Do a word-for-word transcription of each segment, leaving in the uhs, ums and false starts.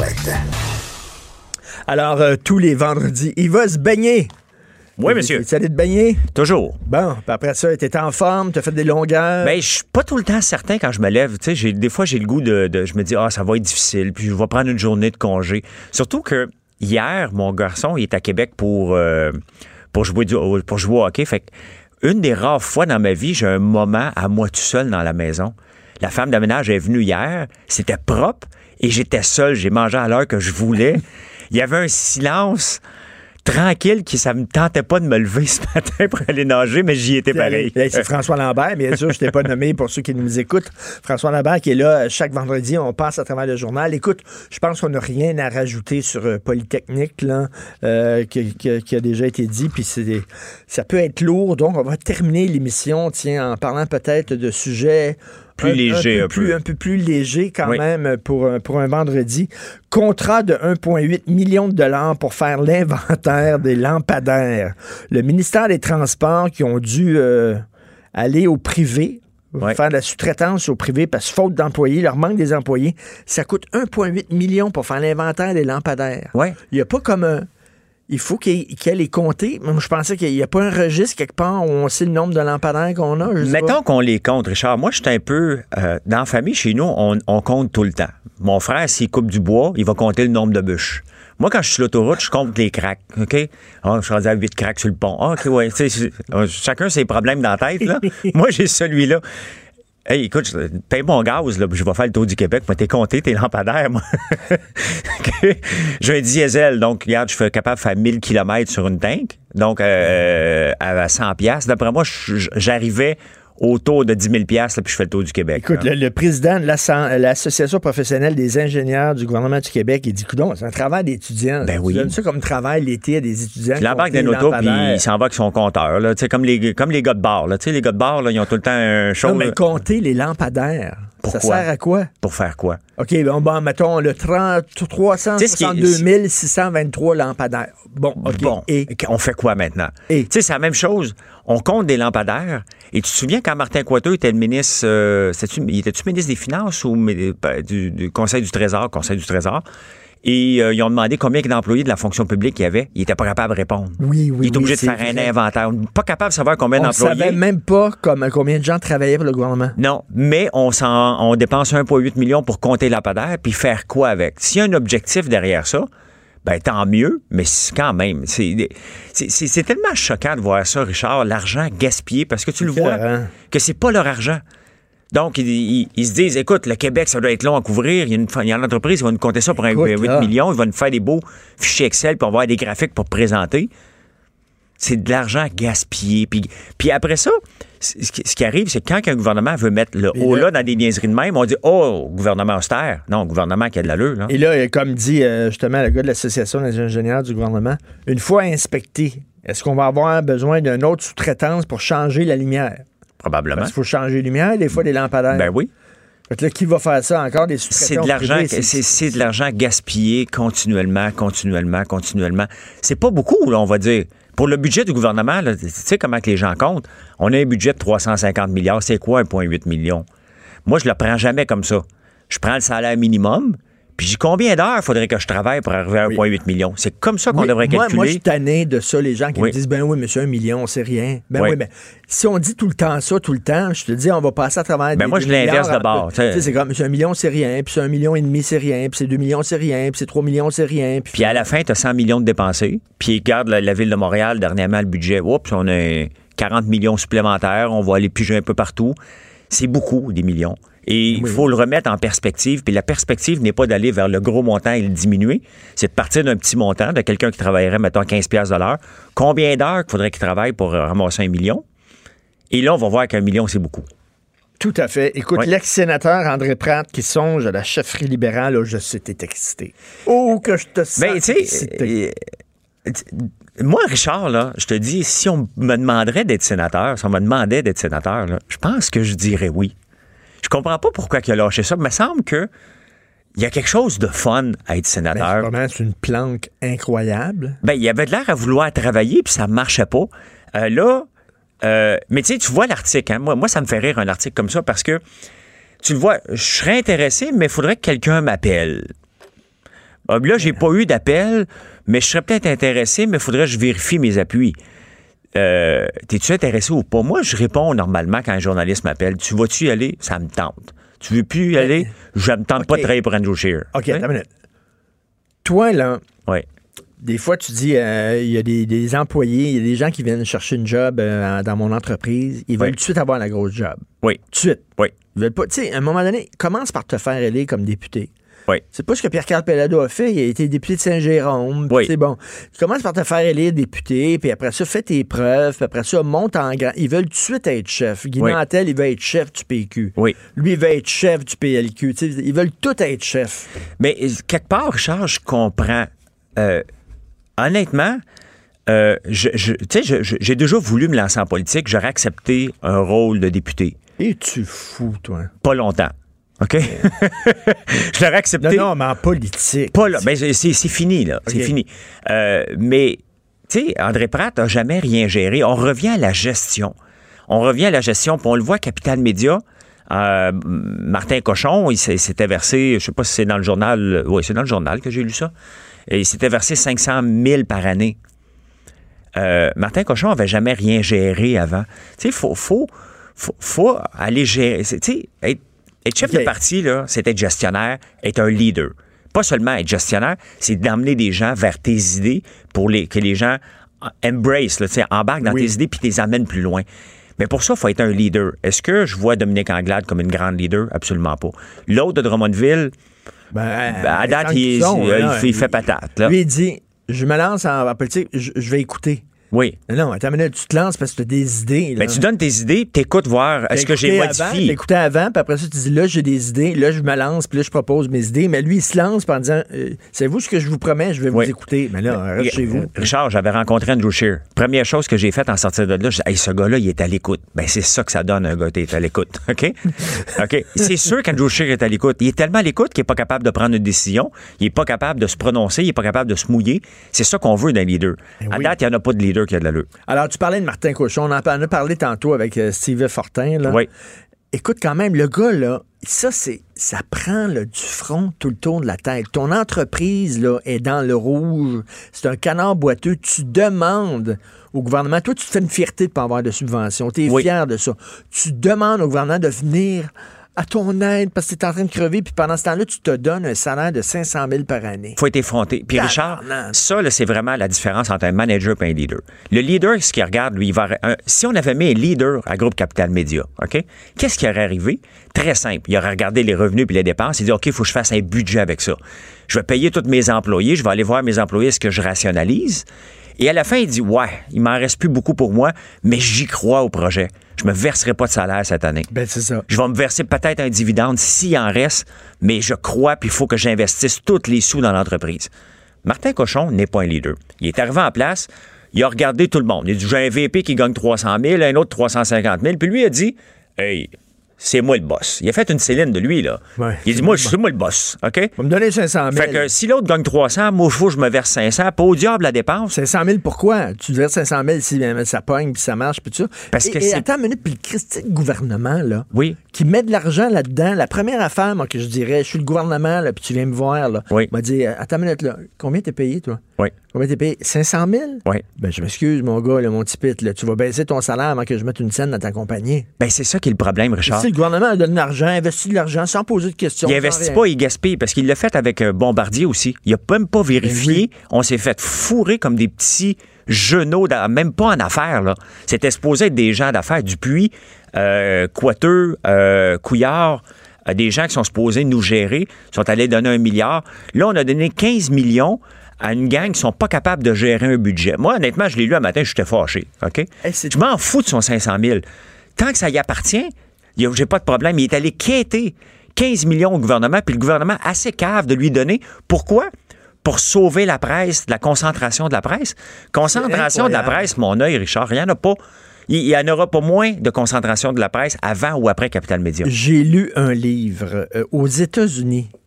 Alouette. Alors, euh, tous les vendredis, il va se baigner. Oui, monsieur. Tu allé te baigner? Toujours. Bon, puis après ça, t'étais en forme, t'as fait des longueurs. Ben, je suis pas tout le temps certain quand je me lève. Tu sais, des fois, j'ai le goût de, de. Je me dis, ah, ça va être difficile, puis je vais prendre une journée de congé. Surtout que hier, mon garçon, il est à Québec pour, euh, pour, jouer, du, pour jouer au hockey. Fait que une des rares fois dans ma vie, j'ai un moment à moi tout seul dans la maison. La femme de ménage est venue hier, c'était propre, et j'étais seul. J'ai mangé à l'heure que je voulais. Il y avait un silence tranquille qui ça me tentait pas de me lever ce matin pour aller nager, mais j'y étais pareil. C'est François Lambert, bien sûr, je t'ai pas nommé pour ceux qui nous écoutent. François Lambert qui est là chaque vendredi, on passe à travers le journal. Écoute, je pense qu'on n'a rien à rajouter sur euh, Polytechnique, là, euh, qui, qui, qui a déjà été dit, puis c'est, ça peut être lourd, donc on va terminer l'émission, tiens, en parlant peut-être de sujets plus un, léger, un peu, un plus, peu. un peu plus léger quand oui. même pour, pour un vendredi. Contrat de un virgule huit million de dollars pour faire l'inventaire des lampadaires. Le ministère des Transports qui ont dû euh, aller au privé, ouais. faire de la sous-traitance au privé parce que faute d'employés, leur manque des employés, ça coûte un virgule huit million pour faire l'inventaire des lampadaires. Ouais. Il n'y a pas comme un... Il faut qu'il y ait les compter. Moi, je pensais qu'il n'y a pas un registre quelque part où on sait le nombre de lampadaires qu'on a. Mettons qu'on les compte, Richard. Moi, je suis un peu... Euh, dans la famille, chez nous, on, on compte tout le temps. Mon frère, s'il coupe du bois, il va compter le nombre de bûches. Moi, quand je suis sur l'autoroute, je compte les craques, OK? Oh, je suis rendu à huit craques sur le pont. Oh, OK, ouais. Chacun ses problèmes dans la tête, là. Moi, j'ai celui-là. Hey, écoute, paye mon gaz, là, je vais faire le tour du Québec. Moi, t'es compté, tes lampadaires, moi. J'ai un diesel, donc, regarde, je suis capable de faire mille kilomètres sur une tank. Donc, euh, à cent piastres. D'après moi, j'arrivais autour de dix mille piastres, là, puis je fais le tour du Québec. Écoute, le, le président de l'Association professionnelle des ingénieurs du gouvernement du Québec, il dit, coudonc, c'est un travail d'étudiant. Ben oui. Tu donnes ça comme travail l'été à des étudiants. Il l'embarque dans l'auto, puis il s'en va avec son compteur. Là, comme, les, comme les gars de bar. Là. Les gars de bar, là, ils ont tout le temps un show. Non, mais compter les lampadaires. Pourquoi? Ça sert à quoi? Pour faire quoi? OK, bon, bon mettons, le trois cent soixante-deux mille six cent vingt-trois lampadaires. Bon, OK. Bon, et on fait quoi maintenant? Et? Tu sais, c'est la même chose. On compte des lampadaires. Et tu te souviens quand Martin Coiteux était le ministre, euh, il était-tu ministre des Finances ou du, du Conseil du Trésor? Conseil du Trésor. Et euh, ils ont demandé combien d'employés de la fonction publique il y avait. Il était pas capable de répondre. Oui, oui, Il est obligé oui, de faire vrai. un inventaire. Pas capable de savoir combien on d'employés. On savait même pas comme, combien de gens travaillaient pour le gouvernement. Non, mais on, s'en, on dépense un virgule huit million pour compter les lampadaires puis faire quoi avec? S'il y a un objectif derrière ça, ben tant mieux, mais quand même, c'est, c'est, c'est, c'est tellement choquant de voir ça, Richard, l'argent gaspillé, parce que tu le vois que c'est pas leur argent. Donc, ils, ils, ils se disent, écoute, le Québec, ça doit être long à couvrir. Il y a une, il y a une entreprise qui va nous compter ça pour un virgule huit million. Il va nous faire des beaux fichiers Excel, puis on va avoir des graphiques pour présenter. C'est de l'argent gaspillé. Puis, puis après ça, ce qui arrive, c'est que quand un gouvernement veut mettre le haut là dans des niaiseries de même, on dit, oh, gouvernement austère. Non, gouvernement qui a de l'allure. Là. Et là, comme dit justement le gars de l'Association des ingénieurs du gouvernement, une fois inspecté, est-ce qu'on va avoir besoin d'une autre sous-traitance pour changer la lumière? Probablement. Parce qu'il faut changer les lumières, des fois, des lampadaires. Ben oui. Fait que là, qui va faire ça encore? Des sous-traitants c'est de l'argent, privés, c'est, c'est, c'est de l'argent gaspillé continuellement, continuellement, continuellement. C'est pas beaucoup, là, on va dire. Pour le budget du gouvernement, là, tu sais comment que les gens comptent? On a un budget de trois cent cinquante milliards. C'est quoi un virgule huit million? Moi, je le prends jamais comme ça. Je prends le salaire minimum, puis j'ai combien d'heures faudrait que je travaille pour arriver à un virgule huit oui. million? C'est comme ça qu'on oui, devrait calculer. Moi, moi, je suis tanné de ça, les gens qui oui. me disent, ben oui, monsieur, un million, c'est rien. Ben oui. oui, mais si on dit tout le temps ça, tout le temps, je te dis, on va passer à travers ben des moi, je l'inverse de bord. Tu sais, c'est comme, monsieur, un million, c'est rien, puis c'est un million et demi, c'est rien, puis c'est deux millions, c'est rien, puis c'est trois millions, c'est rien. Puis à la fin, tu as cent millions de dépensés, puis regarde la, la Ville de Montréal, dernièrement, le budget, oups, on a quarante millions supplémentaires, on va aller piger un peu partout. C'est beaucoup, des millions. Et il oui, faut oui. le remettre en perspective. Puis la perspective n'est pas d'aller vers le gros montant et le diminuer. C'est de partir d'un petit montant, de quelqu'un qui travaillerait, mettons, quinze piastres de l'heure. Combien d'heures qu'il faudrait qu'il travaille pour ramasser un million? Et là, on va voir qu'un million, c'est beaucoup. Tout à fait. Écoute, oui. l'ex-sénateur André Pratt qui songe à la chefferie libérale, oh, je sais, t'es excité. Oh, que je te sens ben, excité. Euh, moi, Richard, là, je te dis, si on me demanderait d'être sénateur, si on me demandait d'être sénateur, là, je pense que je dirais oui. Je comprends pas pourquoi il a lâché ça, mais il me semble que il y a quelque chose de fun à être sénateur. Ben, c'est une planque incroyable. Ben, il avait de l'air à vouloir travailler, puis ça marchait pas. Euh, là, euh, mais tu sais, tu vois l'article, hein? Moi, moi, ça me fait rire un article comme ça, parce que, tu le vois, je serais intéressé, mais il faudrait que quelqu'un m'appelle. Ah, là, j'ai pas eu d'appel, mais je serais peut-être intéressé, mais il faudrait que je vérifie mes appuis. Euh, t'es-tu intéressé ou pas? Moi, je réponds normalement quand un journaliste m'appelle. Tu vas-tu y aller? Ça me tente. Tu veux plus y aller? Je me tente okay. pas de travailler pour Andrew Scheer. OK, oui? Attends une minute. Toi, là, oui. Des fois, tu dis, il euh, y a des, des employés, il y a des gens qui viennent chercher une job euh, dans mon entreprise. Ils veulent oui. tout de suite avoir la grosse job. Oui. Tout de suite. Oui. Ils veulent pas. Tu sais, à un moment donné, commence par te faire élire comme député. Oui. C'est pas ce que Pierre-Carl Pellado a fait. Il a été député de Saint-Jérôme. Oui. C'est bon. Tu commences par te faire élire député, puis après ça, fais tes preuves, puis après ça, monte en grand. Ils veulent tout de suite être chef. Guy oui. Nantel, il veut être chef du P Q. Oui. Lui, il veut être chef du P L Q. Tu sais, ils veulent tous être chef. Mais quelque part, Richard, je comprends. Euh, honnêtement, euh, je, je, tu sais, je, j'ai déjà voulu me lancer en politique. J'aurais accepté un rôle de député. Et tu fous, toi? Pas longtemps. OK? Je l'aurais accepté. Non, non, mais en politique. Pas là. Ben, c'est, c'est fini, là. Okay. C'est fini. Euh, mais, tu sais, André Pratt n'a jamais rien géré. On revient à la gestion. On revient à la gestion, puis on le voit à Capital Média. Euh, Martin Cochon, il s'était versé, je sais pas si c'est dans le journal, oui, c'est dans le journal que j'ai lu ça, et il s'était versé cinq cent mille par année. Euh, Martin Cochon n'avait jamais rien géré avant. Tu sais, il faut, faut, faut, faut aller gérer. Tu sais, être, être chef okay. de parti, là, c'est être gestionnaire, être un leader. Pas seulement être gestionnaire, c'est d'amener des gens vers tes idées pour les, que les gens embrace, là, embarquent dans oui. tes idées puis les amènent plus loin. Mais pour ça, il faut être un leader. Est-ce que je vois Dominique Anglade comme une grande leader? Absolument pas. L'autre de Drummondville, ben, ben, à date, il, sont, il, là, il, il fait patate. Là. Lui, il dit, je me lance en, en politique, je, je vais écouter. Oui. Non, attends une minute, tu te lances parce que tu as des idées. Là. Ben, tu donnes tes idées, puis t'écoutes voir est-ce que j'ai modifié. T'écoutais avant, puis après ça, tu dis là, j'ai des idées, là, je me lance, puis là, je propose mes idées. Mais lui, il se lance en disant euh, c'est vous ce que je vous promets, je vais oui. vous écouter. Mais là, reste chez vous. Richard, j'avais rencontré Andrew Scheer. Première chose que j'ai faite en sortir de là, je dis hey, ce gars-là, il est à l'écoute. Ben, c'est ça que ça donne, un gars qui est à l'écoute. OK? OK. C'est sûr qu'Andrew Scheer est à l'écoute. Il est tellement à l'écoute qu'il n'est pas capable de prendre une décision, il n'est pas capable de se prononcer, il n'est pas capable de se mouiller. C'est ça qu'on veut d'un leader. Ben à oui. date, il n'y en a pas de leader qui a de l'allure. Alors, tu parlais de Martin Cochon. On en a parlé tantôt avec euh, Steve Fortin. Là. Oui. Écoute, quand même, le gars, là, ça, c'est, ça prend là, du front tout le tour de la tête. Ton entreprise là, est dans le rouge. C'est un canard boiteux. Tu demandes au gouvernement, toi, tu te fais une fierté de ne pas avoir de subvention. Tu es oui. fier de ça. Tu demandes au gouvernement de venir à ton aide parce que tu es en train de crever, puis pendant ce temps-là, tu te donnes un salaire de cinq cent mille par année. Il faut être effronté. Puis Richard, non. ça, là, c'est vraiment la différence entre un manager et un leader. Le leader, ce qu'il regarde, lui, il va... Un, si on avait mis un leader à Groupe Capital Média, OK? Qu'est-ce qui aurait arrivé? Très simple. Il aurait regardé les revenus puis les dépenses. Il dit, OK, il faut que je fasse un budget avec ça. Je vais payer tous mes employés. Je vais aller voir mes employés, est-ce que je rationalise? Et à la fin, il dit, ouais, il m'en reste plus beaucoup pour moi, mais j'y crois au projet. Je me verserai pas de salaire cette année. Ben, c'est ça. Je vais me verser peut-être un dividende s'il en reste, mais je crois puis il faut que j'investisse tous les sous dans l'entreprise. Martin Cochon n'est pas un leader. Il est arrivé en place, il a regardé tout le monde. Il a dit, j'ai un V P qui gagne trois cent mille, un autre trois cent cinquante mille, puis lui a dit, hey, c'est moi le boss. Il a fait une Céline de lui, là. Ouais, il dit, moi, c'est moi le boss, OK? Va me donner cinq cent mille. Fait que si l'autre gagne trois cents, moi, il faut que je me verse cinq cents. Pas au diable la dépense. cinq cent mille, pourquoi? Tu verses cinq cent mille si ça pogne, puis ça marche, puis tout ça. Parce et, que et c'est... attends une minute, puis le christique gouvernement, là, oui. qui met de l'argent là-dedans, la première affaire, moi, que je dirais, je suis le gouvernement, là, puis tu viens me voir, là, oui. m'a dit, attends une minute, là, combien t'es payé, toi? Oui. Combien t'es payé? cinq cent mille? Oui. Ben, je m'excuse, mon gars, là, mon petit pit, là, tu vas baisser ton salaire avant que je mette une scène dans ta compagnie. Ben, c'est ça qui est le problème, Richard. Si le gouvernement donne de l'argent, investit de l'argent sans poser de questions. Il investit pas, il gaspille, parce qu'il l'a fait avec euh, Bombardier aussi. Il a même pas vérifié. Oui. On s'est fait fourrer comme des petits genoux, même pas en affaires, là. C'était supposé être des gens d'affaires. Dupuis, euh, Coiteux, euh, Couillard, euh, des gens qui sont supposés nous gérer, sont allés donner un milliard. Là, on a donné quinze millions à une gang qui sont pas capables de gérer un budget. Moi, honnêtement, je l'ai lu un matin, j'étais fâché, OK? Hey, je m'en fous de son cinq cent mille. Tant que ça y appartient, j'ai pas de problème. Il est allé quêter quinze millions au gouvernement, puis le gouvernement assez cave de lui donner. Pourquoi? Pour sauver la presse, la concentration de la presse. Concentration de la presse, mon œil, Richard, il n'y en a pas. Il n'y en aura pas moins de concentration de la presse avant ou après Capital Média. J'ai lu un livre euh, aux États-Unis.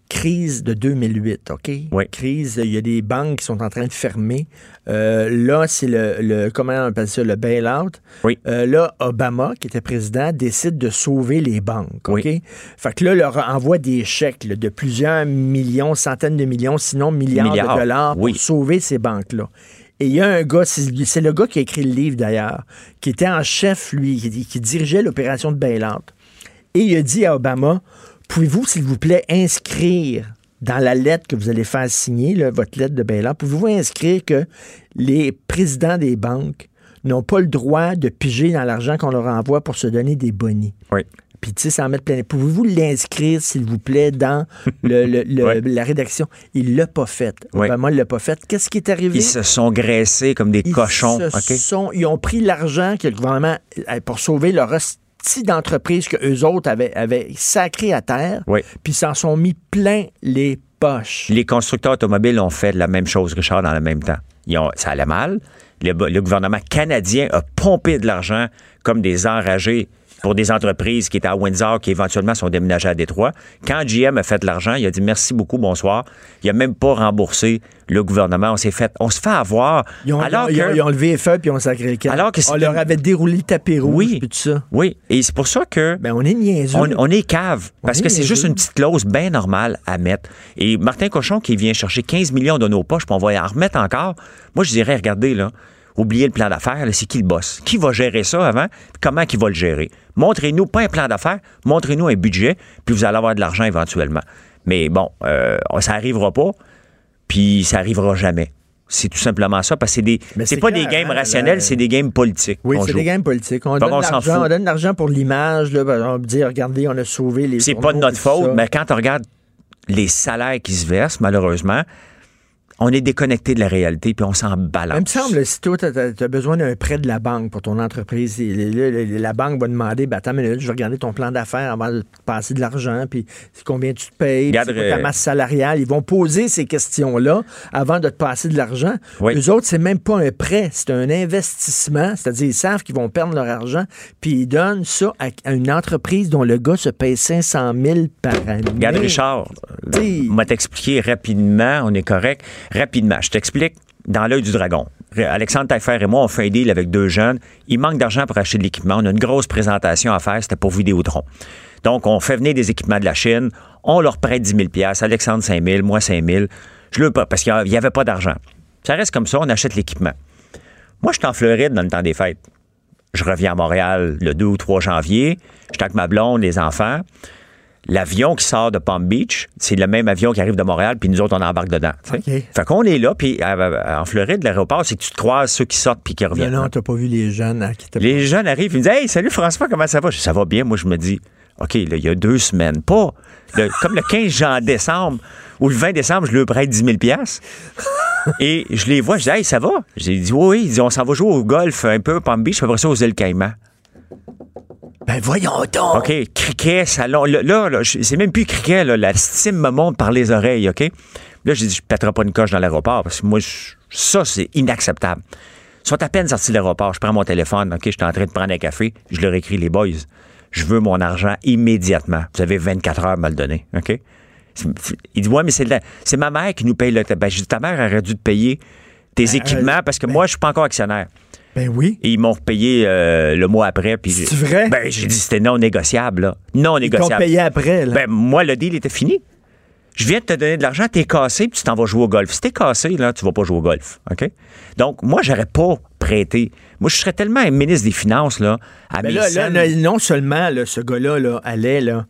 crise de deux mille huit, OK? Oui. Crise, il y a des banques qui sont en train de fermer. Euh, là, c'est le, le, comment on appelle ça, le bail-out. Oui. Euh, là, Obama, qui était président, décide de sauver les banques, OK? Oui. Fait que là, leur envoie des chèques là, de plusieurs millions, centaines de millions, sinon milliards, milliards. de dollars pour oui. sauver ces banques-là. Et il y a un gars, c'est, c'est le gars qui a écrit le livre d'ailleurs, qui était en chef, lui, qui, qui dirigeait l'opération de bail-out. Et il a dit à Obama, pouvez-vous, s'il vous plaît, inscrire dans la lettre que vous allez faire signer, là, votre lettre de bail-out, pouvez-vous inscrire que les présidents des banques n'ont pas le droit de piger dans l'argent qu'on leur envoie pour se donner des bonis? Oui. Puis, tu sais, ça en mettre plein. Pouvez-vous l'inscrire, s'il vous plaît, dans le, le, le, ouais. la rédaction? Il l'a pas fait. Obama ne ouais. l'a pas fait. Qu'est-ce qui est arrivé? Ils se sont graissés comme des ils cochons. Se okay. sont, ils ont pris l'argent que le gouvernement, pour sauver leur d'entreprises qu'eux autres avaient, avaient sacré à terre, oui. puis s'en sont mis plein les poches. Les constructeurs automobiles ont fait la même chose, Richard, dans le même temps. Ils ont, ça allait mal. Le, le gouvernement canadien a pompé de l'argent comme des enragés pour des entreprises qui étaient à Windsor, qui éventuellement sont déménagées à Détroit. Quand G M a fait de l'argent, il a dit merci beaucoup, bonsoir. Il n'a même pas remboursé le gouvernement. On s'est fait, on se fait avoir. Ils ont, alors ils, que, ils ont levé les feuilles puis on sacré le camp. Alors que on leur avait déroulé le tapis rouge oui, puis tout ça. Oui, et c'est pour ça que ben, on est niaiseux. On, on est cave, parce on que c'est niaiseux. juste une petite clause bien normale à mettre. Et Martin Cochon qui vient chercher quinze millions de nos poches, puis on va en remettre encore. Moi, je dirais, regardez, là, oubliez le plan d'affaires, là, c'est qui le boss? Qui va gérer ça avant? Comment qui va le gérer? Montrez-nous pas un plan d'affaires, montrez-nous un budget, puis vous allez avoir de l'argent éventuellement. Mais bon, euh, ça n'arrivera pas, puis ça n'arrivera jamais. C'est tout simplement ça, parce que c'est, des, c'est, c'est pas clair, des games hein, rationnels, là, c'est des games politiques. Oui, c'est joue. des games politiques. On, donne on, l'argent, on donne de l'argent pour l'image, là, on va dire, regardez, on a sauvé les... C'est pas de notre faute, ça. Mais quand on regarde les salaires qui se versent, malheureusement, on est déconnecté de la réalité, puis on s'en balance. Il me semble, si toi, tu as besoin d'un prêt de la banque pour ton entreprise, la banque va demander, ben, attends une minute, je vais regarder ton plan d'affaires avant de passer de l'argent, puis combien tu te payes, Regarde, c'est quoi ta masse salariale. Ils vont poser ces questions-là avant de te passer de l'argent. Oui. Eux autres, c'est même pas un prêt, c'est un investissement, c'est-à-dire ils savent qu'ils vont perdre leur argent, puis ils donnent ça à une entreprise dont le gars se paye cinq cent mille par année. Regarde, Richard, on va t'expliquer rapidement, on est correct. Rapidement, je t'explique, dans l'œil du dragon. Alexandre Taillefer et moi, on fait un deal avec deux jeunes. Il manque d'argent pour acheter de l'équipement. On a une grosse présentation à faire, c'était pour Vidéotron. Donc, on fait venir des équipements de la Chine, on leur prête dix mille dollars, Alexandre cinq mille, moi cinq mille. Je le pas parce qu'il n'y avait pas d'argent. Ça reste comme ça, on achète l'équipement. Moi, je suis en Floride dans le temps des fêtes. Je reviens à Montréal le deux ou trois janvier. Je suis avec ma blonde, les enfants. L'avion qui sort de Palm Beach, c'est le même avion qui arrive de Montréal, puis nous autres, on embarque dedans. Okay. Fait qu'on est là, puis en Floride, l'aéroport, c'est que tu te croises ceux qui sortent puis qui reviennent. Non, non, t'as pas vu les jeunes. Hein, qui les jeunes arrivent, ils me disent « Hey, salut François, comment ça va? » Ça va bien. Moi, je me dis « OK, là, il y a deux semaines, pas le, comme le quinze janvier décembre ou le vingt décembre, je leur prête dix mille dollars. Et je les vois, je dis « Hey, ça va? » J'ai dit « Oui, oui. » Ils disent « On s'en va jouer au golf un peu, Palm Beach, après ça aux îles Caïmans. » Ben voyons donc! OK, criquet, salon. Là, là, là c'est même plus criquet, là. La stime me monte par les oreilles, OK? Là, j'ai dit, je ne pèterai pas une coche dans l'aéroport parce que moi, je, ça, c'est inacceptable. Ils sont à peine sortis de l'aéroport. Je prends mon téléphone, OK? Je suis en train de prendre un café. Je leur écris, les boys, je veux mon argent immédiatement. Vous avez vingt-quatre heures à me le donner, OK? Il dit, ouais, mais c'est, la, c'est ma mère qui nous paye le. Ben, j'ai dit, ta mère aurait dû te payer tes ben, équipements parce que ben, moi, je suis pas encore actionnaire. Ben oui. Et ils m'ont repayé euh, le mois après. Puis c'est vrai? Ben, j'ai dit c'était non négociable, là. Non négociable. Ils t'ont payé après, là. Ben, moi, le deal était fini. Je viens de te donner de l'argent, t'es cassé, puis tu t'en vas jouer au golf. Si t'es cassé, là, tu vas pas jouer au golf, OK? Donc, moi, j'aurais pas prêté. Moi, je serais tellement un ministre des Finances, là, à ben là, là, là, non seulement, là, ce gars-là, là, allait, là,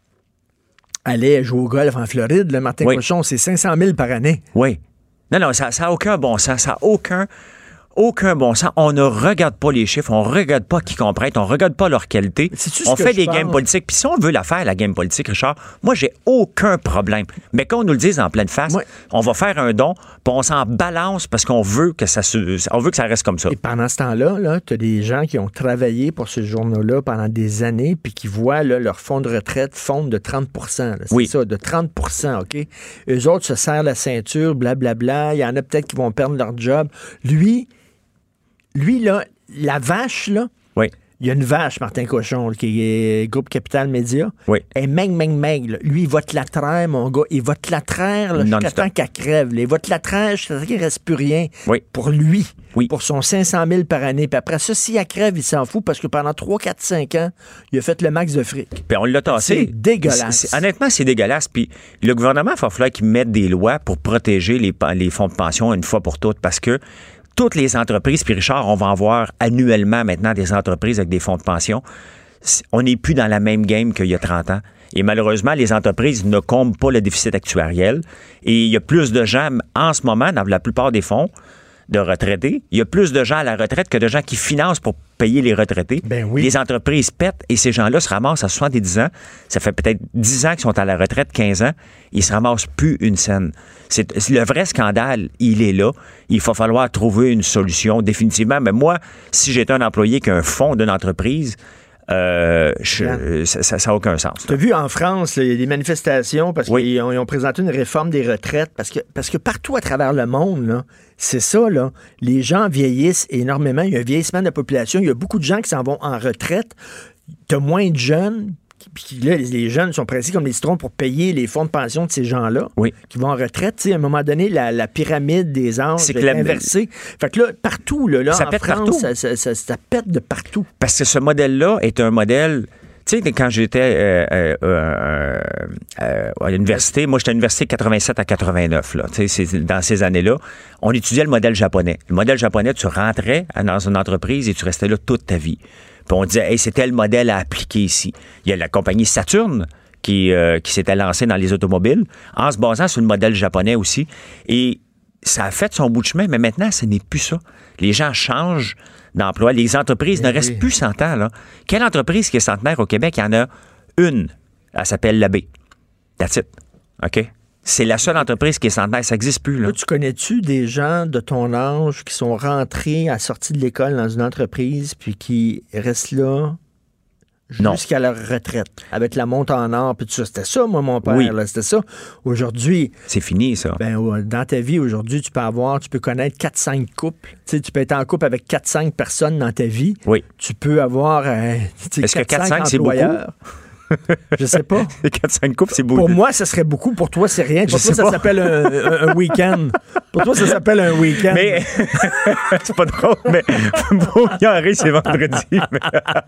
allait jouer au golf en Floride, là, Martin oui. Cochon, c'est cinq cent mille par année. Oui. Non, non, ça n'a aucun bon sens. Ça n'a aucun... Aucun bon sens. On ne regarde pas les chiffres, on ne regarde pas qui qu'on prête, on ne regarde pas leur qualité. On fait des games politiques. Puis si on veut la faire, la game politique, Richard, moi, j'ai aucun problème. Mais qu'on nous le dise en pleine face, ouais. on va faire un don, puis on s'en balance parce qu'on veut que ça se, on veut que ça reste comme ça. Et pendant ce temps-là, là, tu as des gens qui ont travaillé pour ce journal-là pendant des années, puis qui voient là, leur fonds de retraite fondre de trente pour cent. Là, c'est oui. ça, de trente pour cent, OK? Eux autres se serrent la ceinture, blablabla. Il y en a peut-être qui vont perdre leur job. Lui... Lui, là, la vache, là, oui. Il y a une vache, Martin Cochon, là, qui est Groupe Capital Média. Oui. Et meg, meg, meg. Là. Lui, il va te la traire, mon gars. Il va te la traire là, jusqu'à temps qu'elle crève. Là. Il va te la traire jusqu'à temps qu'il ne reste plus rien Oui. pour lui. Oui. Pour son cinq cent mille par année. Puis après ça, si elle crève, il s'en fout parce que pendant trois, quatre, cinq ans, il a fait le max de fric. Puis on l'a tassé. C'est dégueulasse. C'est, c'est, honnêtement, c'est dégueulasse. Puis le gouvernement, il va falloir qu'il mette des lois pour protéger les, les fonds de pension une fois pour toutes parce que toutes les entreprises, puis Richard, on va en voir annuellement maintenant des entreprises avec des fonds de pension. On n'est plus dans la même game qu'il y a trente ans. Et malheureusement, les entreprises ne comblent pas le déficit actuariel. Et il y a plus de gens, en ce moment, dans la plupart des fonds de retraités, il y a plus de gens à la retraite que de gens qui financent pour payer les retraités. Ben oui. Les entreprises pètent et ces gens-là se ramassent à soixante-dix ans. Ça fait peut-être dix ans qu'ils sont à la retraite, quinze ans. Ils se ramassent plus une scène. C'est, c'est le vrai scandale, il est là. Il va falloir trouver une solution définitivement. Mais moi, si j'étais un employé qui a un fonds d'une entreprise, Euh, je, ça n'a aucun sens. Tu as vu en France, il y a des manifestations parce oui. qu'ils ont, ils ont présenté une réforme des retraites parce que, parce que partout à travers le monde, là, c'est ça, là, les gens vieillissent énormément. Il y a un vieillissement de la population. Il y a beaucoup de gens qui s'en vont en retraite. Tu as moins de jeunes. Puis là, les jeunes sont pressés comme les citrons pour payer les fonds de pension de ces gens-là oui. qui vont en retraite. T'sais, à un moment donné, la, la pyramide des âges est la... inversée. Fait que là, partout, là, là ça en pète France, partout. Ça, ça, ça, ça pète de partout. Parce que ce modèle-là est un modèle... Tu sais, quand j'étais euh, euh, euh, euh, à l'université, moi, j'étais à l'université quatre-vingt-sept à quatre-vingt-neuf, là. Tu sais, c'est dans ces années-là, on étudiait le modèle japonais. Le modèle japonais, tu rentrais dans une entreprise et tu restais là toute ta vie. Puis on disait, hey, c'était le modèle à appliquer ici. Il y a la compagnie Saturn qui, euh, qui s'était lancée dans les automobiles en se basant sur le modèle japonais aussi. Et ça a fait son bout de chemin, mais maintenant, ce n'est plus ça. Les gens changent d'emploi. Les entreprises mais ne oui. restent plus cent ans. Là. Quelle entreprise qui est centenaire au Québec? Il y en a une. Elle s'appelle l'A B. That's it. OK? C'est la seule entreprise qui est centenaire. Ça n'existe plus. Là. Là, tu connais-tu des gens de ton âge qui sont rentrés à la sortie de l'école dans une entreprise puis qui restent là jusqu'à leur retraite avec la monte en or puis tout ça? C'était ça, moi, mon père. Oui. Là, c'était ça. Aujourd'hui... C'est fini, ça. Ben, dans ta vie, aujourd'hui, tu peux avoir... Tu peux connaître quatre cinq couples. Tu sais, tu peux être en couple avec quatre cinq personnes dans ta vie. Oui. Tu peux avoir... Euh, Est-ce que quatre cinq, c'est beaucoup? Je sais pas. quatre cinq couples, c'est beaucoup. Pour moi, ça serait beaucoup. Pour toi, c'est rien. Pour Je toi, ça pas. s'appelle un, un, un week-end. Pour toi, ça s'appelle un week-end. Mais c'est pas drôle, mais pour Henri, c'est vendredi. Mais...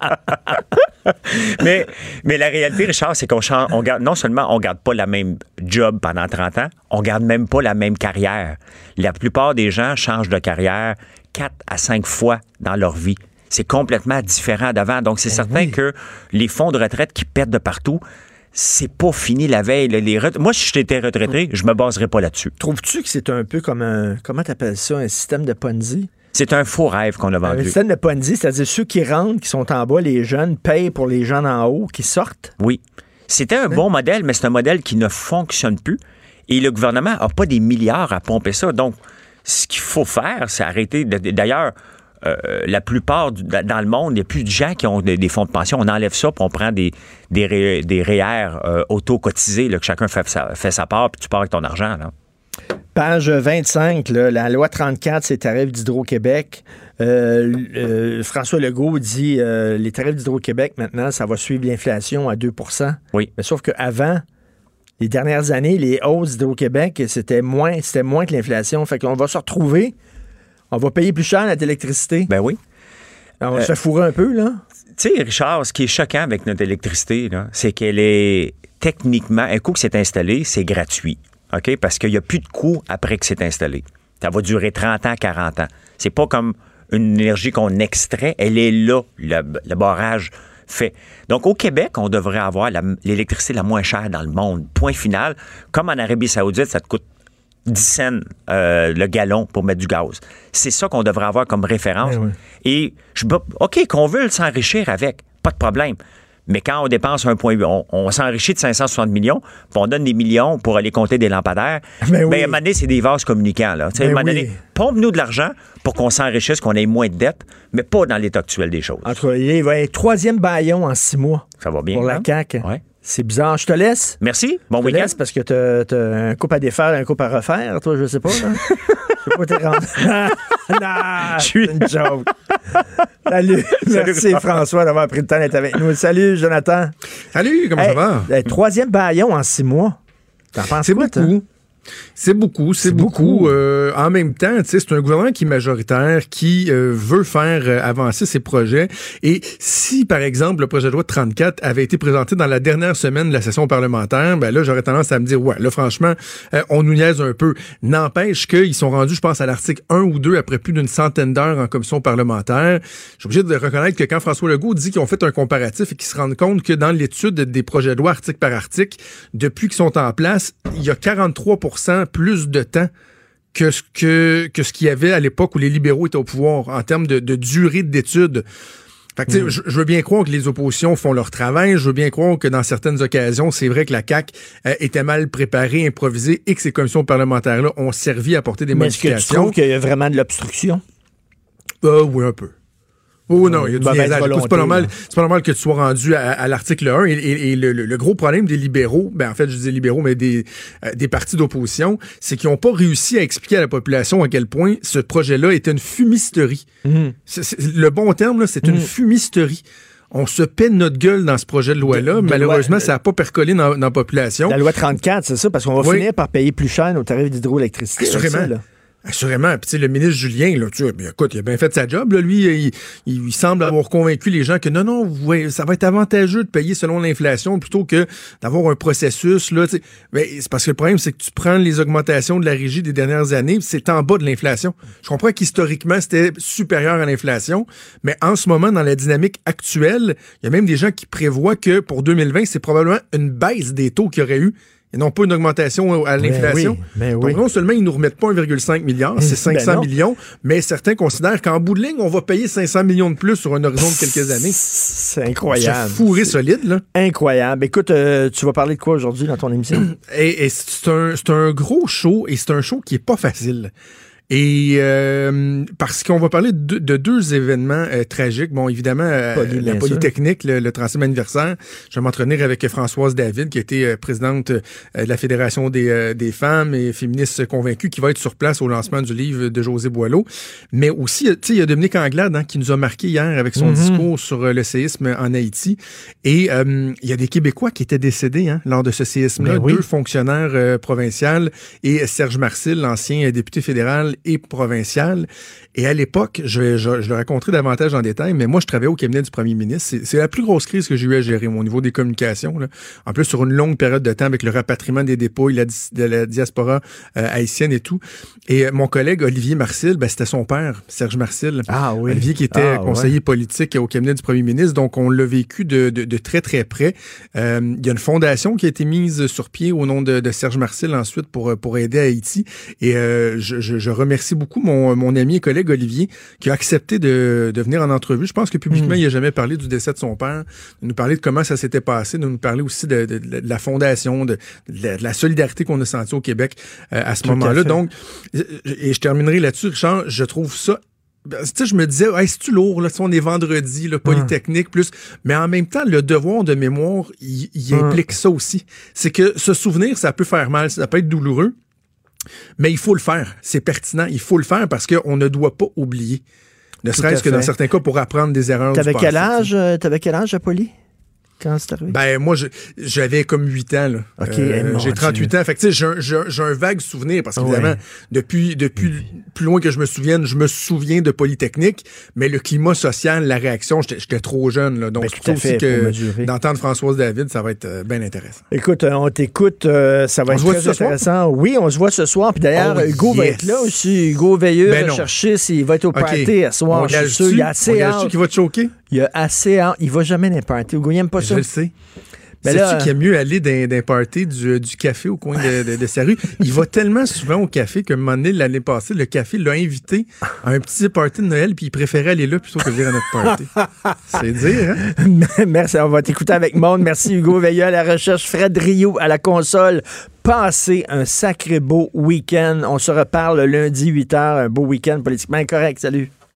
mais, mais la réalité, Richard, c'est qu'on change, on garde, non seulement on garde pas la même job pendant trente ans, on garde même pas la même carrière. La plupart des gens changent de carrière quatre à cinq fois dans leur vie. C'est complètement différent d'avant. Donc, c'est ben certain oui. que les fonds de retraite qui pètent de partout, c'est pas fini la veille. Les ret... Moi, si j'étais retraité, je me baserais pas là-dessus. Trouves-tu que c'est un peu comme un... Comment t'appelles ça? Un système de Ponzi? C'est un faux rêve qu'on a vendu. Un système de Ponzi, c'est-à-dire ceux qui rentrent, qui sont en bas, les jeunes, payent pour les gens en haut, qui sortent? Oui. C'était un hein? bon modèle, mais c'est un modèle qui ne fonctionne plus. Et le gouvernement n'a pas des milliards à pomper ça. Donc, ce qu'il faut faire, c'est arrêter... De... D'ailleurs... Euh, la plupart du, dans le monde, il n'y a plus de gens qui ont des, des fonds de pension. On enlève ça, puis on prend des, des, ré, des R E E R euh, auto-cotisés, là, que chacun fait sa, fait sa part, puis tu pars avec ton argent. Là. Page vingt-cinq, là, la loi trente-quatre, c'est les tarifs d'Hydro-Québec. Euh, euh, François Legault dit euh, les tarifs d'Hydro-Québec, maintenant, ça va suivre l'inflation à deux pour cent. Oui. Mais sauf qu'avant, les dernières années, les hausses d'Hydro-Québec, c'était moins, c'était moins que l'inflation. Fait qu'on va se retrouver... On va payer plus cher notre électricité. Ben oui. On va euh, se fourrer un peu, là. Tu sais, Richard, ce qui est choquant avec notre électricité, là, c'est qu'elle est techniquement, un coup que c'est installé, c'est gratuit. OK? Parce qu'il n'y a plus de coût après que c'est installé. Ça va durer trente ans, quarante ans. C'est pas comme une énergie qu'on extrait. Elle est là, le, le barrage fait. Donc, au Québec, on devrait avoir la, l'électricité la moins chère dans le monde. Point final. Comme en Arabie Saoudite, ça te coûte dix cents euh, le gallon pour mettre du gaz. C'est ça qu'on devrait avoir comme référence. Oui, oui. Et, je, OK, qu'on veut s'enrichir avec, pas de problème. Mais quand on dépense un point, on, on s'enrichit de cinq cent soixante millions, puis on donne des millions pour aller compter des lampadaires, bien, oui. à un moment donné, c'est des vases communicants. Là. À un moment donné, oui. pompe-nous de l'argent pour qu'on s'enrichisse, qu'on ait moins de dettes, mais pas dans l'état actuel des choses. Entre, il va être troisième baillon en six mois. Ça va bien. Pour hein? la C A Q. Ouais. C'est bizarre. Je te laisse. Merci. Bon je te week-end. Laisse parce que t'as, t'as un couple à défaire, un couple à refaire. Toi, je sais pas. Là. Je sais pas où t'es rendu. Non, je suis une joke. Salut. Merci François d'avoir pris le temps d'être avec nous. Salut Jonathan. Salut, comment hey, ça va? Hey, troisième bâillon en six mois. T'en penses C'est quoi, beaucoup. C'est beaucoup, c'est, c'est beaucoup. beaucoup. Euh, en même temps, c'est un gouvernement qui est majoritaire, qui euh, veut faire euh, avancer ses projets. Et si, par exemple, le projet de loi trente-quatre avait été présenté dans la dernière semaine de la session parlementaire, ben là, j'aurais tendance à me dire, ouais, là, franchement, euh, on nous niaise un peu. N'empêche qu'ils sont rendus, je pense, à l'article un ou deux après plus d'une centaine d'heures en commission parlementaire. Je suis obligé de reconnaître que quand François Legault dit qu'ils ont fait un comparatif et qu'ils se rendent compte que dans l'étude des projets de loi article par article, depuis qu'ils sont en place, il y a quarante-trois pour cent plus de temps que ce que, que ce qu'il y avait à l'époque où les libéraux étaient au pouvoir en termes de, de durée d'études. Fait que, mmh. je, je veux bien croire que les oppositions font leur travail. Je veux bien croire que dans certaines occasions, c'est vrai que la C A Q euh, était mal préparée, improvisée et que ces commissions parlementaires-là ont servi à apporter des Mais modifications. Est-ce que tu trouves qu'il y a vraiment de l'obstruction? Euh, oui, un peu. Oh non, il y a du niaisage. C'est pas normal, c'est pas normal que tu sois rendu à, à l'article un. Et, et, et le, le gros problème des libéraux, ben en fait, je dis libéraux, mais des, euh, des partis d'opposition, c'est qu'ils n'ont pas réussi à expliquer à la population à quel point ce projet-là était une fumisterie. Mm. C'est, c'est, le bon terme, là, c'est mm. une fumisterie. On se paie notre gueule dans ce projet de loi-là. De, de Malheureusement, loi, ça n'a pas percolé dans, dans la population. La loi trente-quatre, c'est ça, parce qu'on va oui. finir par payer plus cher nos tarifs d'hydroélectricité. Assurément. Ça, là. Assurément. Puis, tu sais, le ministre Julien, là, tu sais, écoute, il a bien fait sa job, là. Lui, il, il, il semble avoir convaincu les gens que non, non, ouais, ça va être avantageux de payer selon l'inflation plutôt que d'avoir un processus, là, tu sais. Mais c'est parce que le problème, c'est que tu prends les augmentations de la régie des dernières années, c'est en bas de l'inflation. Je comprends qu'historiquement, c'était supérieur à l'inflation, mais en ce moment, dans la dynamique actuelle, il y a même des gens qui prévoient que pour deux mille vingt, c'est probablement une baisse des taux qu'il y aurait eu. Et non pas une augmentation à l'inflation. Ben oui, ben Donc oui. non seulement ils nous remettent pas un virgule cinq milliard, c'est cinq cents ben millions, mais certains considèrent qu'en bout de ligne, on va payer cinq cents millions de plus sur un horizon de quelques années. C'est incroyable. C'est fourré solide, là. Incroyable. Écoute, euh, tu vas parler de quoi aujourd'hui dans ton émission? Et, et c'est, un, c'est un gros show, et c'est un show qui est pas facile. Et euh, parce qu'on va parler de, de deux événements euh, tragiques. Bon, évidemment, euh, Poly, la Polytechnique, le, le trentième anniversaire. Je vais m'entretenir avec Françoise David, qui a été euh, présidente euh, de la Fédération des, euh, des femmes et féministes convaincues, qui va être sur place au lancement du livre de José Boileau. Mais aussi, tu sais, il y a Dominique Anglade hein, qui nous a marqué hier avec son mm-hmm. discours sur euh, le séisme en Haïti. Et euh, il y a des Québécois qui étaient décédés hein, lors de ce séisme-là. Oui. Deux fonctionnaires euh, provinciaux et Serge Marcil, l'ancien député fédéral et provincial. Et à l'époque, je, je, je le raconterai davantage en détail, mais moi, je travaillais au cabinet du premier ministre. C'est, c'est la plus grosse crise que j'ai eu à gérer au niveau des communications. Là. En plus, sur une longue période de temps avec le rapatriement des dépouilles, la, de la diaspora euh, haïtienne et tout. Et euh, mon collègue Olivier Marcil, ben, c'était son père, Serge Marcil. Ah oui. Olivier qui était ah, conseiller ouais. politique au cabinet du premier ministre. Donc, on l'a vécu de, de, de très, très près. Euh, il y a une fondation qui a été mise sur pied au nom de, de Serge Marcil ensuite pour, pour aider Haïti. Et euh, je, je, je remercie beaucoup mon, mon ami et collègue Olivier qui a accepté de, de venir en entrevue. Je pense que publiquement, mmh. il n'a jamais parlé du décès de son père, de nous parler de comment ça s'était passé, de nous parler aussi de, de, de, de la fondation, de, de, la, de la solidarité qu'on a sentie au Québec euh, à ce Tout moment-là. Donc, et je terminerai là-dessus, Richard, je trouve ça tu sais, je me disais, hey, c'est-tu lourd, là, on est vendredi, le Polytechnique, hum. plus. Mais en même temps, le devoir de mémoire, il, il hum. implique ça aussi. C'est que se souvenir, ça peut faire mal, ça peut être douloureux. Mais il faut le faire. C'est pertinent. Il faut le faire parce qu'on ne doit pas oublier. Ne Tout serait-ce que dans certains cas pour apprendre des erreurs T'avais du passé. Quel âge, euh, t'avais quel âge, Poly? Quand c'est arrivé? Ben, moi, je, j'avais comme huit ans, là. OK. Euh, j'ai trente-huit ans. Fait que, tu sais, j'ai, j'ai, j'ai un vague souvenir parce qu'évidemment, ouais. depuis, depuis plus loin que je me souvienne, je me souviens de Polytechnique, mais le climat social, la réaction, j'étais, j'étais trop jeune, là. Donc, ben, c'est aussi que d'entendre Françoise David, ça va être euh, bien intéressant. Écoute, euh, on t'écoute, euh, ça va on être très intéressant. Soir? Oui, on se voit ce soir. Puis d'ailleurs, oh, Hugo yes. va être là aussi. Hugo Veilleux, ben chercher s'il va être au okay. party à ce soir. Je suis sûr, il y a assez hâte. Qui va te choquer? Il y a assez hâte. Il va jamais dans les parties. Hugo, il n'aime pas ça. Je le sais. Ben Sais-tu là, qu'il y a mieux aller dans, dans un party du, du café au coin de, de, de sa rue? Il va tellement souvent au café qu'à un moment donné, l'année passée, le café l'a invité à un petit party de Noël, puis il préférait aller là plutôt que venir à notre party. C'est dire, hein? Merci, on va t'écouter avec Maud. Merci Hugo Veilleux à la recherche, Fred Rio à la console. Passez un sacré beau week-end. On se reparle lundi huit heures, un beau week-end politiquement correct. Salut!